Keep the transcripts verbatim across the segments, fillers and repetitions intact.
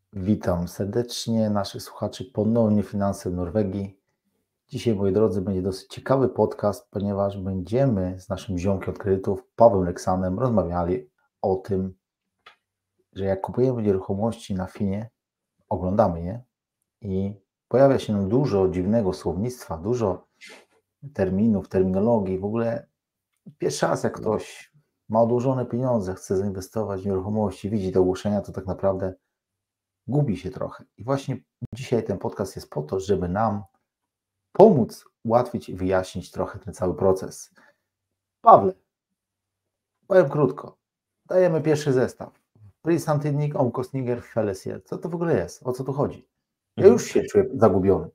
Witam serdecznie naszych słuchaczy ponownie Finanse w Norwegii. Dzisiaj, moi drodzy, będzie dosyć ciekawy podcast, ponieważ będziemy z naszym ziomkiem od kredytów, Pawłem Leksanem, rozmawiali o tym, że jak kupujemy nieruchomości na Finie, oglądamy je i pojawia się nam dużo dziwnego słownictwa, dużo terminów, terminologii. W ogóle pierwszy raz, jak ktoś ma odłożone pieniądze, chce zainwestować w nieruchomości, widzi te ogłoszenia, to tak naprawdę gubi się trochę. I właśnie dzisiaj ten podcast jest po to, żeby nam pomóc, ułatwić i wyjaśnić trochę ten cały proces. Pawle, powiem krótko. Dajemy pierwszy zestaw. Prisantydnik, Omkostninger, Felesier. Co to w ogóle jest? O co tu chodzi? Ja już się czuję zagubiony.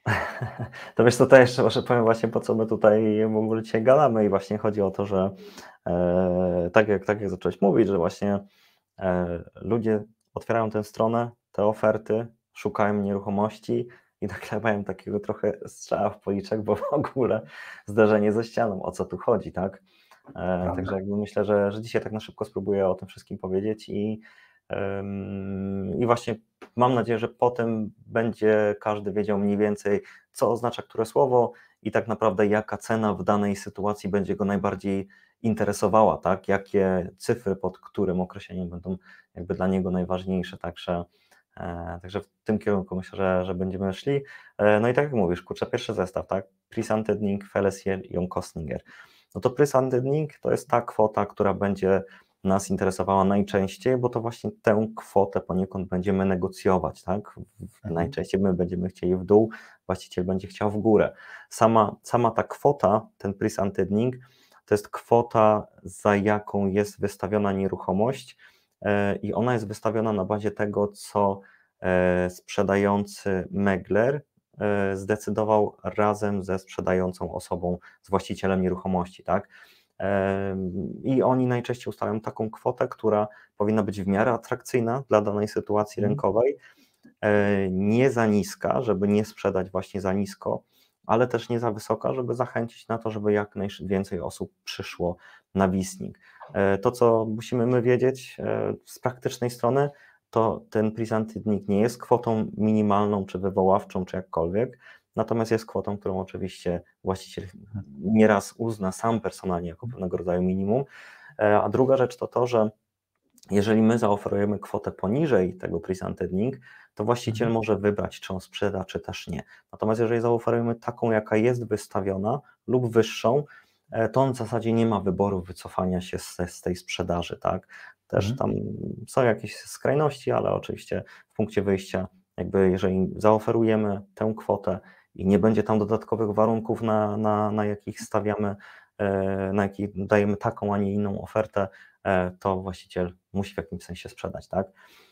To wiesz, to też jeszcze może powiem właśnie, po co my tutaj w ogóle dzisiaj gadamy i właśnie chodzi o to, że e, tak, jak, tak jak zacząłeś mówić, że właśnie e, ludzie otwierają tę stronę, te oferty, szukają nieruchomości i nagle mają takiego trochę strzała w policzek, bo w ogóle zderzenie ze ścianą, o co tu chodzi, tak? E, także jakby myślę, że, że dzisiaj tak na szybko spróbuję o tym wszystkim powiedzieć i i właśnie mam nadzieję, że potem będzie każdy wiedział mniej więcej, co oznacza które słowo i tak naprawdę jaka cena w danej sytuacji będzie go najbardziej interesowała, tak? Jakie cyfry pod którym określeniem będą jakby dla niego najważniejsze, także, e, także w tym kierunku myślę, że, że będziemy szli. E, no i tak jak mówisz, kurczę, pierwszy zestaw, tak? Prisantydning, Felesier i Omkostninger. No to Prisantydning to jest ta kwota, która będzie nas interesowała najczęściej, bo to właśnie tę kwotę poniekąd będziemy negocjować, tak? Mhm. Najczęściej my będziemy chcieli w dół, właściciel będzie chciał w górę. Sama, sama ta kwota, ten prisantydning, to jest kwota, za jaką jest wystawiona nieruchomość e, i ona jest wystawiona na bazie tego, co e, sprzedający megler e, zdecydował razem ze sprzedającą osobą, z właścicielem nieruchomości, tak? I oni najczęściej ustalają taką kwotę, która powinna być w miarę atrakcyjna dla danej sytuacji rynkowej, nie za niska, żeby nie sprzedać właśnie za nisko, ale też nie za wysoka, żeby zachęcić na to, żeby jak najwięcej osób przyszło na Wisning. To, co musimy my wiedzieć z praktycznej strony, to ten prisantydnik nie jest kwotą minimalną, czy wywoławczą, czy jakkolwiek, natomiast jest kwotą, którą oczywiście właściciel nieraz uzna sam personalnie jako pewnego rodzaju minimum. A druga rzecz to to, że jeżeli my zaoferujemy kwotę poniżej tego prisantydning, to właściciel może wybrać, czy on sprzeda, czy też nie. Natomiast jeżeli zaoferujemy taką, jaka jest wystawiona lub wyższą, to on w zasadzie nie ma wyboru wycofania się z, z tej sprzedaży, tak? Też tam są jakieś skrajności, ale oczywiście w punkcie wyjścia, jakby jeżeli zaoferujemy tę kwotę i nie będzie tam dodatkowych warunków, na, na, na jakich stawiamy, na jakich dajemy taką, a nie inną ofertę, to właściciel musi w jakimś sensie sprzedać, tak?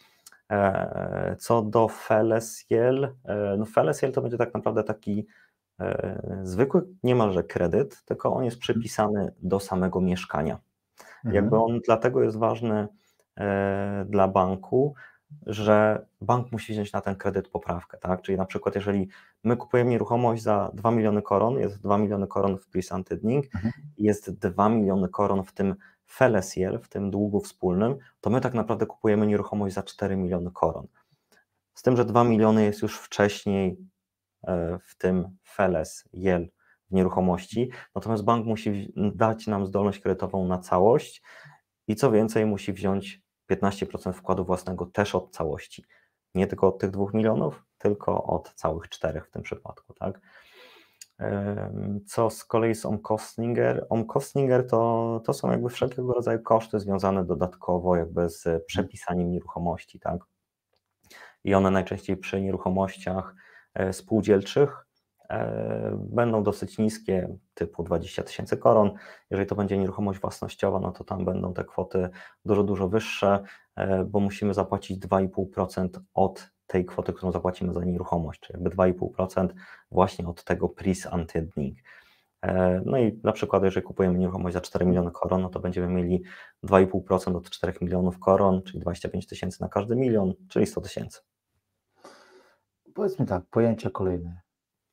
Co do Felesiel, no Felesiel to będzie tak naprawdę taki zwykły niemalże kredyt, tylko on jest przypisany do samego mieszkania. Jakby on dlatego jest ważny dla banku, że bank musi wziąć na ten kredyt poprawkę, tak? Czyli na przykład jeżeli my kupujemy nieruchomość za dwa miliony koron, jest dwa miliony koron w prisantydning, jest dwa miliony koron w tym Felesiel, w tym długu wspólnym, to my tak naprawdę kupujemy nieruchomość za cztery miliony koron. Z tym, że dwa miliony jest już wcześniej w tym Felesiel w nieruchomości, natomiast bank musi dać nam zdolność kredytową na całość i co więcej musi wziąć piętnaście procent wkładu własnego też od całości. Nie tylko od tych dwóch milionów, tylko od całych czterech w tym przypadku, tak? Co z kolei z Omkostninger? Omkostninger to, to są jakby wszelkiego rodzaju koszty związane dodatkowo jakby z przepisaniem nieruchomości, tak? I one najczęściej przy nieruchomościach spółdzielczych będą dosyć niskie, typu dwadzieścia tysięcy koron. Jeżeli to będzie nieruchomość własnościowa, no to tam będą te kwoty dużo, dużo wyższe, bo musimy zapłacić dwa i pół procent od tej kwoty, którą zapłacimy za nieruchomość, czyli jakby dwa i pół procent właśnie od tego prisantydning. No i na przykład, jeżeli kupujemy nieruchomość za cztery miliony koron, no to będziemy mieli dwa i pół procent od czterech milionów koron, czyli dwadzieścia pięć tysięcy na każdy milion, czyli sto tysięcy. Powiedz mi tak, pojęcia kolejne,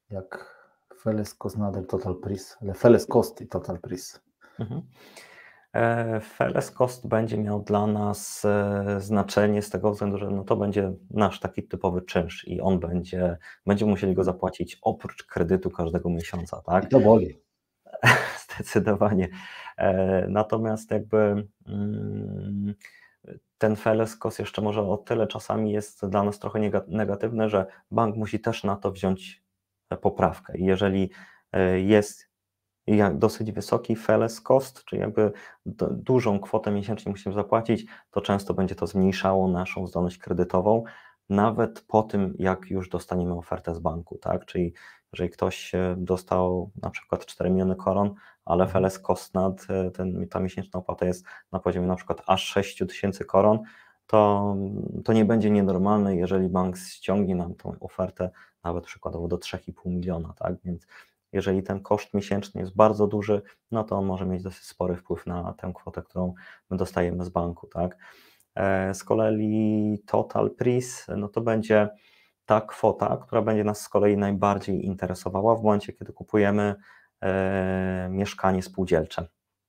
jak Feles Kostnader Total Pris, ale Feles Kosti Total Pris. Mhm. E, F L S Cost będzie miał dla nas e, znaczenie z tego względu, że no to będzie nasz taki typowy czynsz i on będzie, będziemy musieli go zapłacić oprócz kredytu każdego miesiąca, I tak? to boli. Zdecydowanie. E, Natomiast jakby mm, ten F L S Cost jeszcze może o tyle czasami jest dla nas trochę nega- negatywny, że bank musi też na to wziąć e, poprawkę. I jeżeli e, jest jak dosyć wysoki F L S cost, czyli jakby do, dużą kwotę miesięcznie musimy zapłacić, to często będzie to zmniejszało naszą zdolność kredytową, nawet po tym, jak już dostaniemy ofertę z banku, tak? Czyli jeżeli ktoś e, dostał na przykład cztery miliony koron, ale F L S cost nad e, ten, ta miesięczna opłata jest na poziomie na przykład aż sześć tysięcy koron, to, to nie będzie nienormalne, jeżeli bank ściągnie nam tą ofertę nawet przykładowo do trzy i pół miliona, tak? Więc jeżeli ten koszt miesięczny jest bardzo duży, no to on może mieć dosyć spory wpływ na tę kwotę, którą my dostajemy z banku, tak? E, Z kolei total price, no to będzie ta kwota, która będzie nas z kolei najbardziej interesowała w momencie, kiedy kupujemy e, mieszkanie spółdzielcze,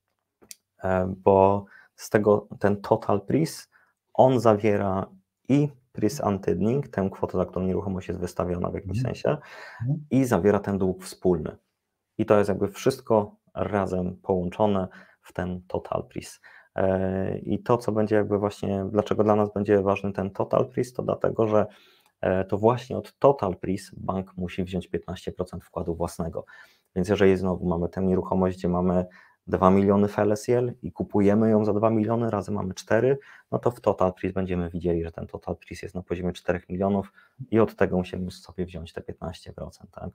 e, bo z tego ten total price, on zawiera i price antydning, tę kwotę, za którą nieruchomość jest wystawiona w jakimś Mhm. sensie, Mhm. i zawiera ten dług wspólny. I to jest jakby wszystko razem połączone w ten total price. E, I to, co będzie jakby właśnie, dlaczego dla nas będzie ważny ten total price, to dlatego, że e, to właśnie od total price bank musi wziąć piętnaście procent wkładu własnego. Więc jeżeli znowu mamy tę nieruchomość, gdzie mamy dwa miliony F L S I L i kupujemy ją za dwa miliony, razy mamy cztery, no to w total price będziemy widzieli, że ten total price jest na poziomie czterech milionów i od tego musimy sobie wziąć te piętnaście procent, tak?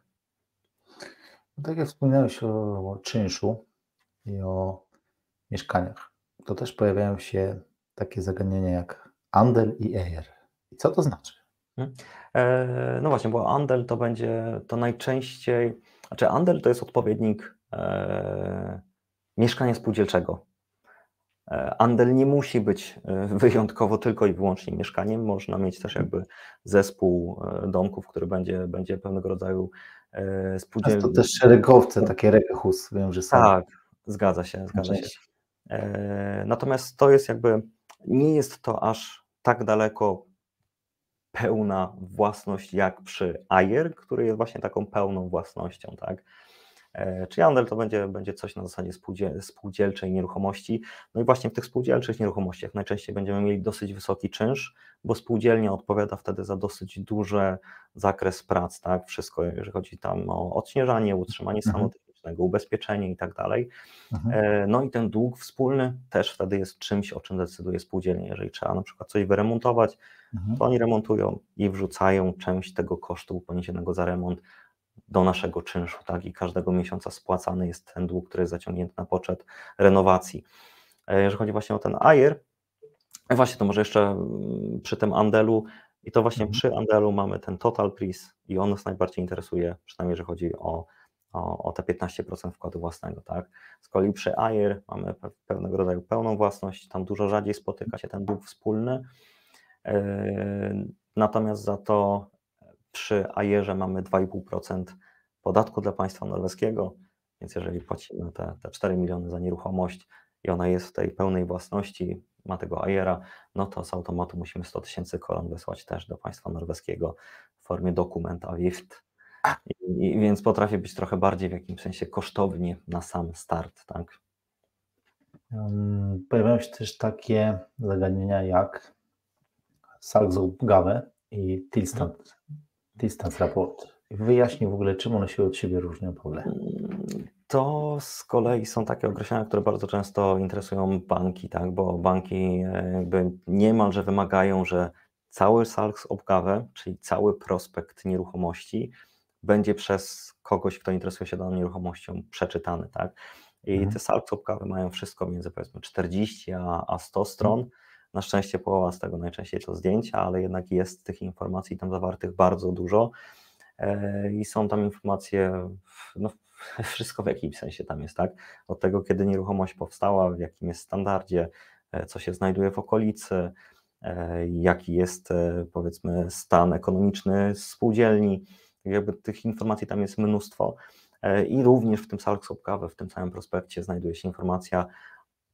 No tak jak wspominałeś o, o czynszu i o mieszkaniach, to też pojawiają się takie zagadnienia jak Andel i Ejer. I co to znaczy? Mhm. E, No właśnie, bo Andel to będzie to najczęściej, znaczy Andel to jest odpowiednik e, mieszkania spółdzielczego. E, Andel nie musi być e, wyjątkowo tylko i wyłącznie mieszkaniem, można mieć też jakby zespół e, domków, który będzie, będzie pewnego rodzaju e, Często spółdziel... też szeregowce, takie regehus, wiem, że są Tak, zgadza się, na zgadza się. części. E, Natomiast to jest jakby, nie jest to aż tak daleko pełna własność jak przy Ajer, który jest właśnie taką pełną własnością, tak? E, Czyli Andel to będzie, będzie coś na zasadzie spółdziel, spółdzielczej nieruchomości. No i właśnie w tych spółdzielczych nieruchomościach najczęściej będziemy mieli dosyć wysoki czynsz, bo spółdzielnia odpowiada wtedy za dosyć duży zakres prac, tak? Wszystko, jeżeli chodzi tam o odśnieżanie, utrzymanie stanu Mhm. technicznego, ubezpieczenie i tak dalej. Mhm. E, No i ten dług wspólny też wtedy jest czymś, o czym decyduje spółdzielnia. Jeżeli trzeba na przykład coś wyremontować, Mhm. to oni remontują i wrzucają część tego kosztu poniesionego za remont do naszego czynszu, tak? I każdego miesiąca spłacany jest ten dług, który jest zaciągnięty na poczet renowacji. E, Jeżeli chodzi właśnie o ten Ajer, e, właśnie to może jeszcze mm, przy tym Andelu, i to właśnie Mhm. przy Andelu mamy ten total price i on nas najbardziej interesuje, przynajmniej jeżeli chodzi o, o, o te piętnaście procent wkładu własnego, tak? Z kolei przy Ajer mamy pe- pewnego rodzaju pełną własność, tam dużo rzadziej spotyka się ten dług wspólny, e, natomiast za to przy Ajerze mamy dwa i pół procent podatku dla państwa norweskiego, więc jeżeli płacimy te, te cztery miliony za nieruchomość i ona jest w tej pełnej własności, ma tego Ajera, no to z automatu musimy sto tysięcy koron wysłać też do państwa norweskiego w formie dokumentavgift. I, i więc potrafi być trochę bardziej w jakimś sensie kosztownie na sam start, tak? Um, Pojawiają się też takie zagadnienia jak Salgsoppgave i Mhm. Tilstand, Tilstandsrapport. Wyjaśnij w ogóle, czym one się od siebie różnią, Pawle. To z kolei są takie określenia, które bardzo często interesują banki, tak? Bo banki e, jakby niemalże wymagają, że cały Salgsoppgave, czyli cały prospekt nieruchomości, będzie przez kogoś, kto interesuje się daną nieruchomością, przeczytany, tak? I Mhm. te Salgsoppgave mają wszystko między powiedzmy czterdzieści a, a sto Mhm. stron. Na szczęście połowa z tego najczęściej to zdjęcia, ale jednak jest tych informacji tam zawartych bardzo dużo. E, I są tam informacje, no, wszystko w jakimś sensie tam jest, tak? Od tego, kiedy nieruchomość powstała, w jakim jest standardzie, e, co się znajduje w okolicy, e, jaki jest, e, powiedzmy, stan ekonomiczny spółdzielni. Jakby tych informacji tam jest mnóstwo. E, I również w tym Salgsoppgave, w tym samym prospekcie znajduje się informacja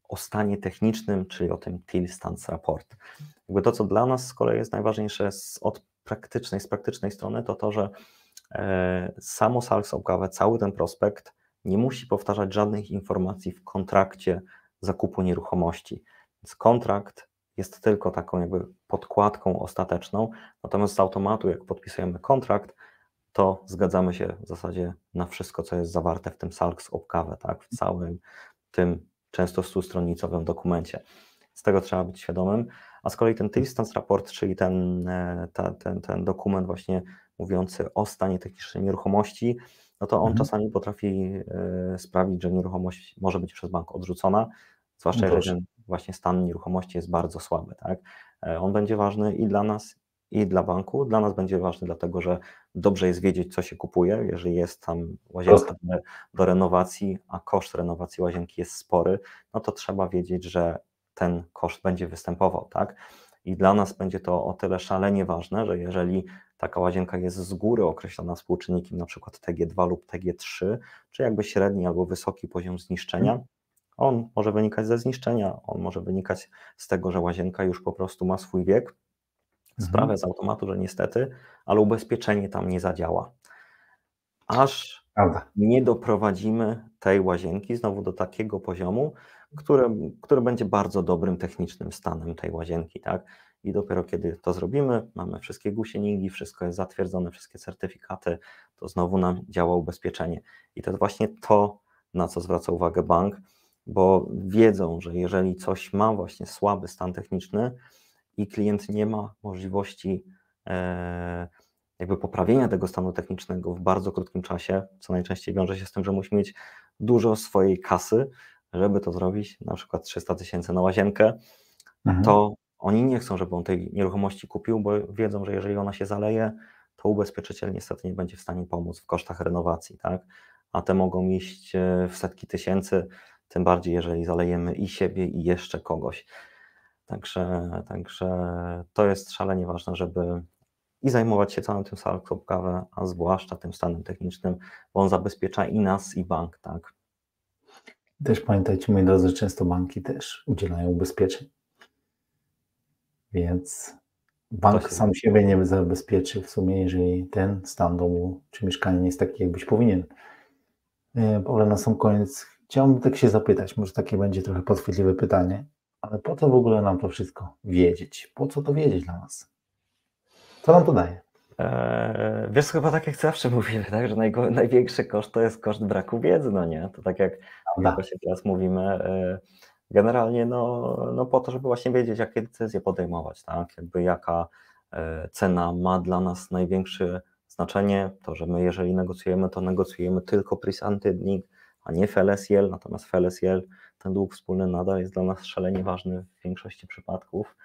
o stanie technicznym, czyli o tym Till Stance Report. Jakby to, co dla nas z kolei jest najważniejsze z, od praktycznej, z praktycznej strony, to to, że e, samo salgsopgave, cały ten prospekt nie musi powtarzać żadnych informacji w kontrakcie zakupu nieruchomości. Więc kontrakt jest tylko taką jakby podkładką ostateczną, natomiast z automatu, jak podpisujemy kontrakt, to zgadzamy się w zasadzie na wszystko, co jest zawarte w tym salgsopgave, tak, w całym tym często stustronnicowym dokumencie. Z tego trzeba być świadomym. A z kolei ten Till Stance Report, czyli ten, ta, ten, ten dokument właśnie mówiący o stanie technicznym nieruchomości, no to on mhm. czasami potrafi y, sprawić, że nieruchomość może być przez bank odrzucona, zwłaszcza jeżeli ten właśnie stan nieruchomości jest bardzo słaby. Tak? On będzie ważny i dla nas, i dla banku. Dla nas będzie ważny dlatego, że dobrze jest wiedzieć, co się kupuje. Jeżeli jest tam łazienka do, do renowacji, a koszt renowacji łazienki jest spory, no to trzeba wiedzieć, że ten koszt będzie występował, tak? I dla nas będzie to o tyle szalenie ważne, że jeżeli taka łazienka jest z góry określona współczynnikiem na przykład T G dwa lub T G trzy, czy jakby średni albo wysoki poziom zniszczenia, on może wynikać ze zniszczenia, on może wynikać z tego, że łazienka już po prostu ma swój wiek, sprawia mhm. z automatu, że niestety, ale ubezpieczenie tam nie zadziała. Aż Prawda. nie doprowadzimy tej łazienki znowu do takiego poziomu, który, który będzie bardzo dobrym technicznym stanem tej łazienki, tak? I dopiero kiedy to zrobimy, mamy wszystkie gusieningi, wszystko jest zatwierdzone, wszystkie certyfikaty, to znowu nam działa ubezpieczenie. I to jest właśnie to, na co zwraca uwagę bank, bo wiedzą, że jeżeli coś ma właśnie słaby stan techniczny i klient nie ma możliwości e, jakby poprawienia tego stanu technicznego w bardzo krótkim czasie, co najczęściej wiąże się z tym, że musi mieć dużo swojej kasy, żeby to zrobić, na przykład trzysta tysięcy na łazienkę, mhm. to oni nie chcą, żeby on tej nieruchomości kupił, bo wiedzą, że jeżeli ona się zaleje, to ubezpieczyciel niestety nie będzie w stanie pomóc w kosztach renowacji, tak? A te mogą iść w setki tysięcy, tym bardziej jeżeli zalejemy i siebie, i jeszcze kogoś. Także, także to jest szalenie ważne, żeby i zajmować się całym tym salgsopgave, a zwłaszcza tym stanem technicznym, bo on zabezpiecza i nas, i bank, tak? Też pamiętajcie, moi drodzy, często banki też udzielają ubezpieczeń, więc bank sam siebie nie zabezpieczy w sumie, jeżeli ten stan domu czy mieszkania nie jest taki, jakbyś powinien. Ale na sam koniec chciałbym tak się zapytać, może takie będzie trochę podchwytliwe pytanie, ale po co w ogóle nam to wszystko wiedzieć? Po co to wiedzieć dla nas? Co nam to daje? Eee, wiesz, chyba tak jak zawsze mówimy, tak, że najgo- największy koszt to jest koszt braku wiedzy, no nie? To tak jak, jak właśnie teraz mówimy, e, generalnie no, no po to, żeby właśnie wiedzieć, jakie decyzje podejmować, tak? Jakby jaka e, cena ma dla nas największe znaczenie, to, że my jeżeli negocjujemy, to negocjujemy tylko pre-funding, a nie F L S I L, natomiast F L S I L, ten dług wspólny nadal jest dla nas szalenie ważny w większości przypadków.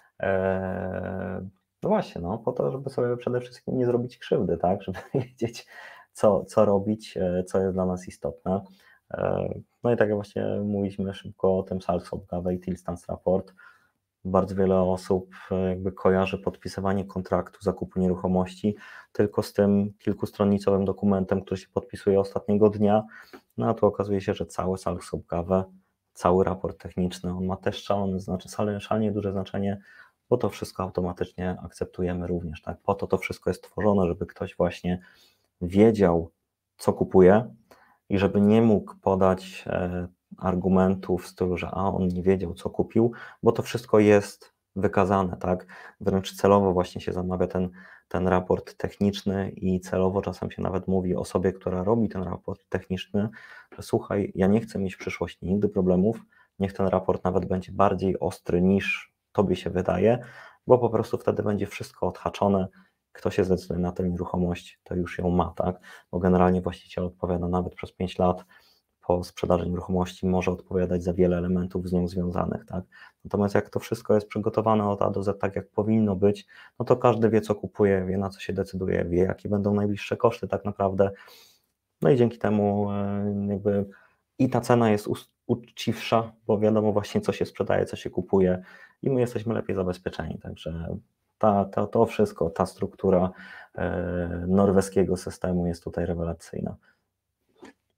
E, No właśnie, no, po to, żeby sobie przede wszystkim nie zrobić krzywdy, tak, żeby wiedzieć, co, co robić, co jest dla nas istotne. No i tak jak właśnie mówiliśmy szybko o tym salgsopgave i Till Stance Report, bardzo wiele osób jakby kojarzy podpisywanie kontraktu zakupu nieruchomości tylko z tym kilkustronicowym dokumentem, który się podpisuje ostatniego dnia, no a tu okazuje się, że cały salgsopgave, cały raport techniczny, on ma też szalone, znaczy szalenie duże znaczenie, bo to wszystko automatycznie akceptujemy również, tak? Po to to wszystko jest tworzone, żeby ktoś właśnie wiedział, co kupuje i żeby nie mógł podać e, argumentów w stylu, że a on nie wiedział, co kupił, bo to wszystko jest wykazane, tak? Wręcz celowo właśnie się zamawia ten, ten raport techniczny i celowo czasem się nawet mówi osobie, która robi ten raport techniczny, że słuchaj, ja nie chcę mieć w przyszłości nigdy problemów, niech ten raport nawet będzie bardziej ostry niż tobie się wydaje, bo po prostu wtedy będzie wszystko odhaczone, kto się zdecyduje na tę nieruchomość, to już ją ma, tak? Bo generalnie właściciel odpowiada nawet przez pięć lat po sprzedaży nieruchomości, może odpowiadać za wiele elementów z nią związanych, tak? Natomiast jak to wszystko jest przygotowane od A do Z tak, jak powinno być, no to każdy wie, co kupuje, wie, na co się decyduje, wie, jakie będą najbliższe koszty tak naprawdę. No i dzięki temu jakby i ta cena jest uczciwsza, bo wiadomo właśnie, co się sprzedaje, co się kupuje i my jesteśmy lepiej zabezpieczeni, także ta, ta, to wszystko, ta struktura e, norweskiego systemu jest tutaj rewelacyjna.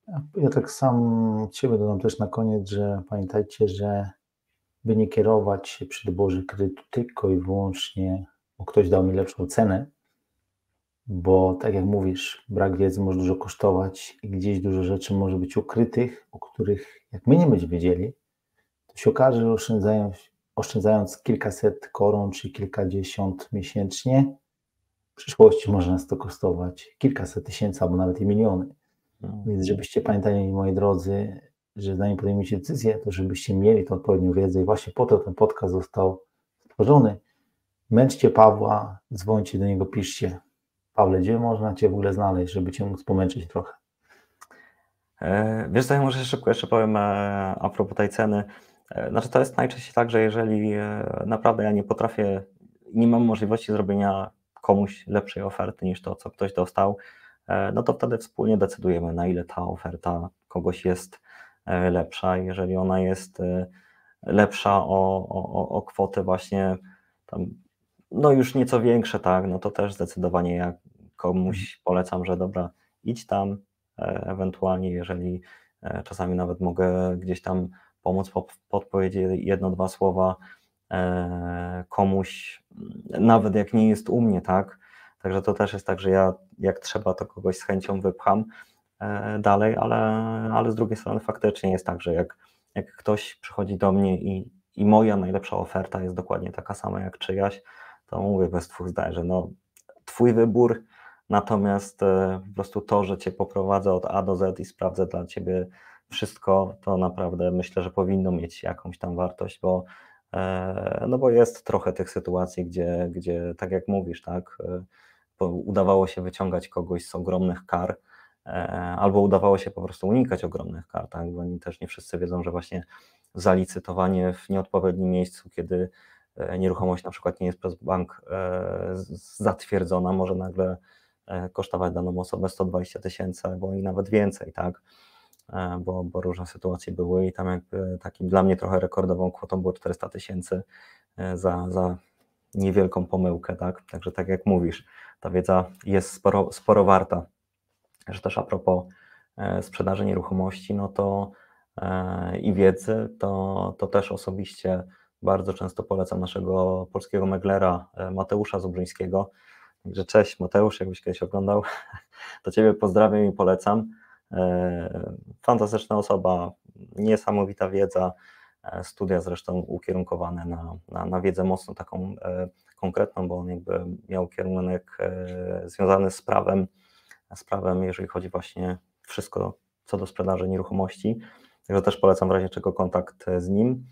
Ja tak sam od siebie dodam też na koniec, że pamiętajcie, że by nie kierować się przy doborze kredytu tylko i wyłącznie, bo ktoś dał mi lepszą cenę, bo tak jak mówisz, brak wiedzy może dużo kosztować i gdzieś dużo rzeczy może być ukrytych, o których jak my nie będziemy wiedzieli, to się okaże, że oszczędzając, oszczędzając kilkaset koron czy kilkadziesiąt miesięcznie, w przyszłości może nas to kosztować kilkaset tysięcy albo nawet i miliony. No. Więc żebyście pamiętali, moi drodzy, że zanim podejmiecie decyzję, to żebyście mieli tą odpowiednią wiedzę i właśnie po to ten podcast został stworzony. Męczcie Pawła, dzwońcie do niego, piszcie. Pawle, gdzie można Cię w ogóle znaleźć, żeby Cię móc pomęczyć trochę? Wiesz co, ja może szybko jeszcze powiem a propos tej ceny. Znaczy to jest najczęściej tak, że jeżeli naprawdę ja nie potrafię, nie mam możliwości zrobienia komuś lepszej oferty niż to, co ktoś dostał, no to wtedy wspólnie decydujemy, na ile ta oferta kogoś jest lepsza. Jeżeli ona jest lepsza o, o, o kwotę właśnie tam, no już nieco większe, tak, no to też zdecydowanie ja komuś polecam, że dobra, idź tam, ewentualnie jeżeli czasami nawet mogę gdzieś tam pomóc, podpowiedzieć jedno, dwa słowa komuś, nawet jak nie jest u mnie, tak, także to też jest tak, że ja jak trzeba, to kogoś z chęcią wypcham dalej, ale, ale z drugiej strony faktycznie jest tak, że jak, jak ktoś przychodzi do mnie i, i moja najlepsza oferta jest dokładnie taka sama jak czyjaś, to mówię bez dwóch zdań, że no twój wybór, natomiast po prostu to, że cię poprowadzę od A do Z i sprawdzę dla ciebie wszystko, to naprawdę myślę, że powinno mieć jakąś tam wartość, bo no bo jest trochę tych sytuacji, gdzie, gdzie tak jak mówisz, tak, udawało się wyciągać kogoś z ogromnych kar, albo udawało się po prostu unikać ogromnych kar, tak, bo oni też nie wszyscy wiedzą, że właśnie zalicytowanie w nieodpowiednim miejscu, kiedy nieruchomość na przykład nie jest przez bank zatwierdzona, może nagle kosztować daną osobę sto dwadzieścia tysięcy, albo i nawet więcej, tak, bo, bo różne sytuacje były i tam jakby takim dla mnie trochę rekordową kwotą było czterysta tysięcy za, za niewielką pomyłkę, tak, także tak jak mówisz, ta wiedza jest sporo, sporo warta. Że też a propos sprzedaży nieruchomości, no to i wiedzy, to, to też osobiście bardzo często polecam naszego polskiego meglera Mateusza Zubrzyńskiego. Także cześć Mateusz, jakbyś kiedyś oglądał, to Ciebie pozdrawiam i polecam. Fantastyczna osoba, niesamowita wiedza, studia zresztą ukierunkowane na, na, na wiedzę mocno taką konkretną, bo on jakby miał kierunek związany z prawem, z prawem, jeżeli chodzi właśnie wszystko co do sprzedaży nieruchomości. Także też polecam w razie czego kontakt z nim.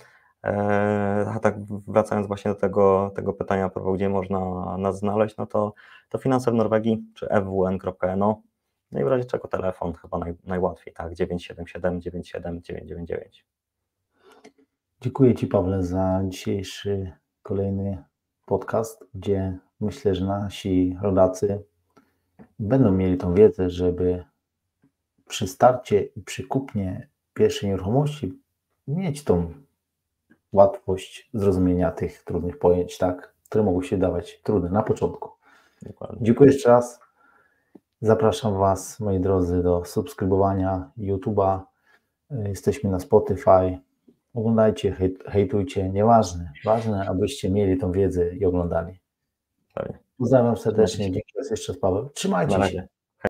A tak wracając właśnie do tego, tego pytania, gdzie można nas znaleźć, no to, to Finanse w Norwegii czy f w n kropka n o. No i w razie czego telefon chyba naj, najłatwiej, tak, dziewięć siedem siedem dziewięć siedem dziewięć dziewięć dziewięć. Dziękuję Ci, Pawle, za dzisiejszy kolejny podcast, gdzie myślę, że nasi rodacy będą mieli tą wiedzę, żeby przy starcie i przy kupnie pierwszej nieruchomości mieć tą łatwość zrozumienia tych trudnych pojęć, tak, które mogą się dawać trudne na początku. Dokładnie. Dziękuję jeszcze raz. Zapraszam Was, moi drodzy, do subskrybowania YouTube'a. Jesteśmy na Spotify. Oglądajcie, hej, hejtujcie, nieważne. Ważne, abyście mieli tą wiedzę i oglądali. Pozdrawiam serdecznie. Dzięki raz jeszcze, Paweł. Trzymajcie się.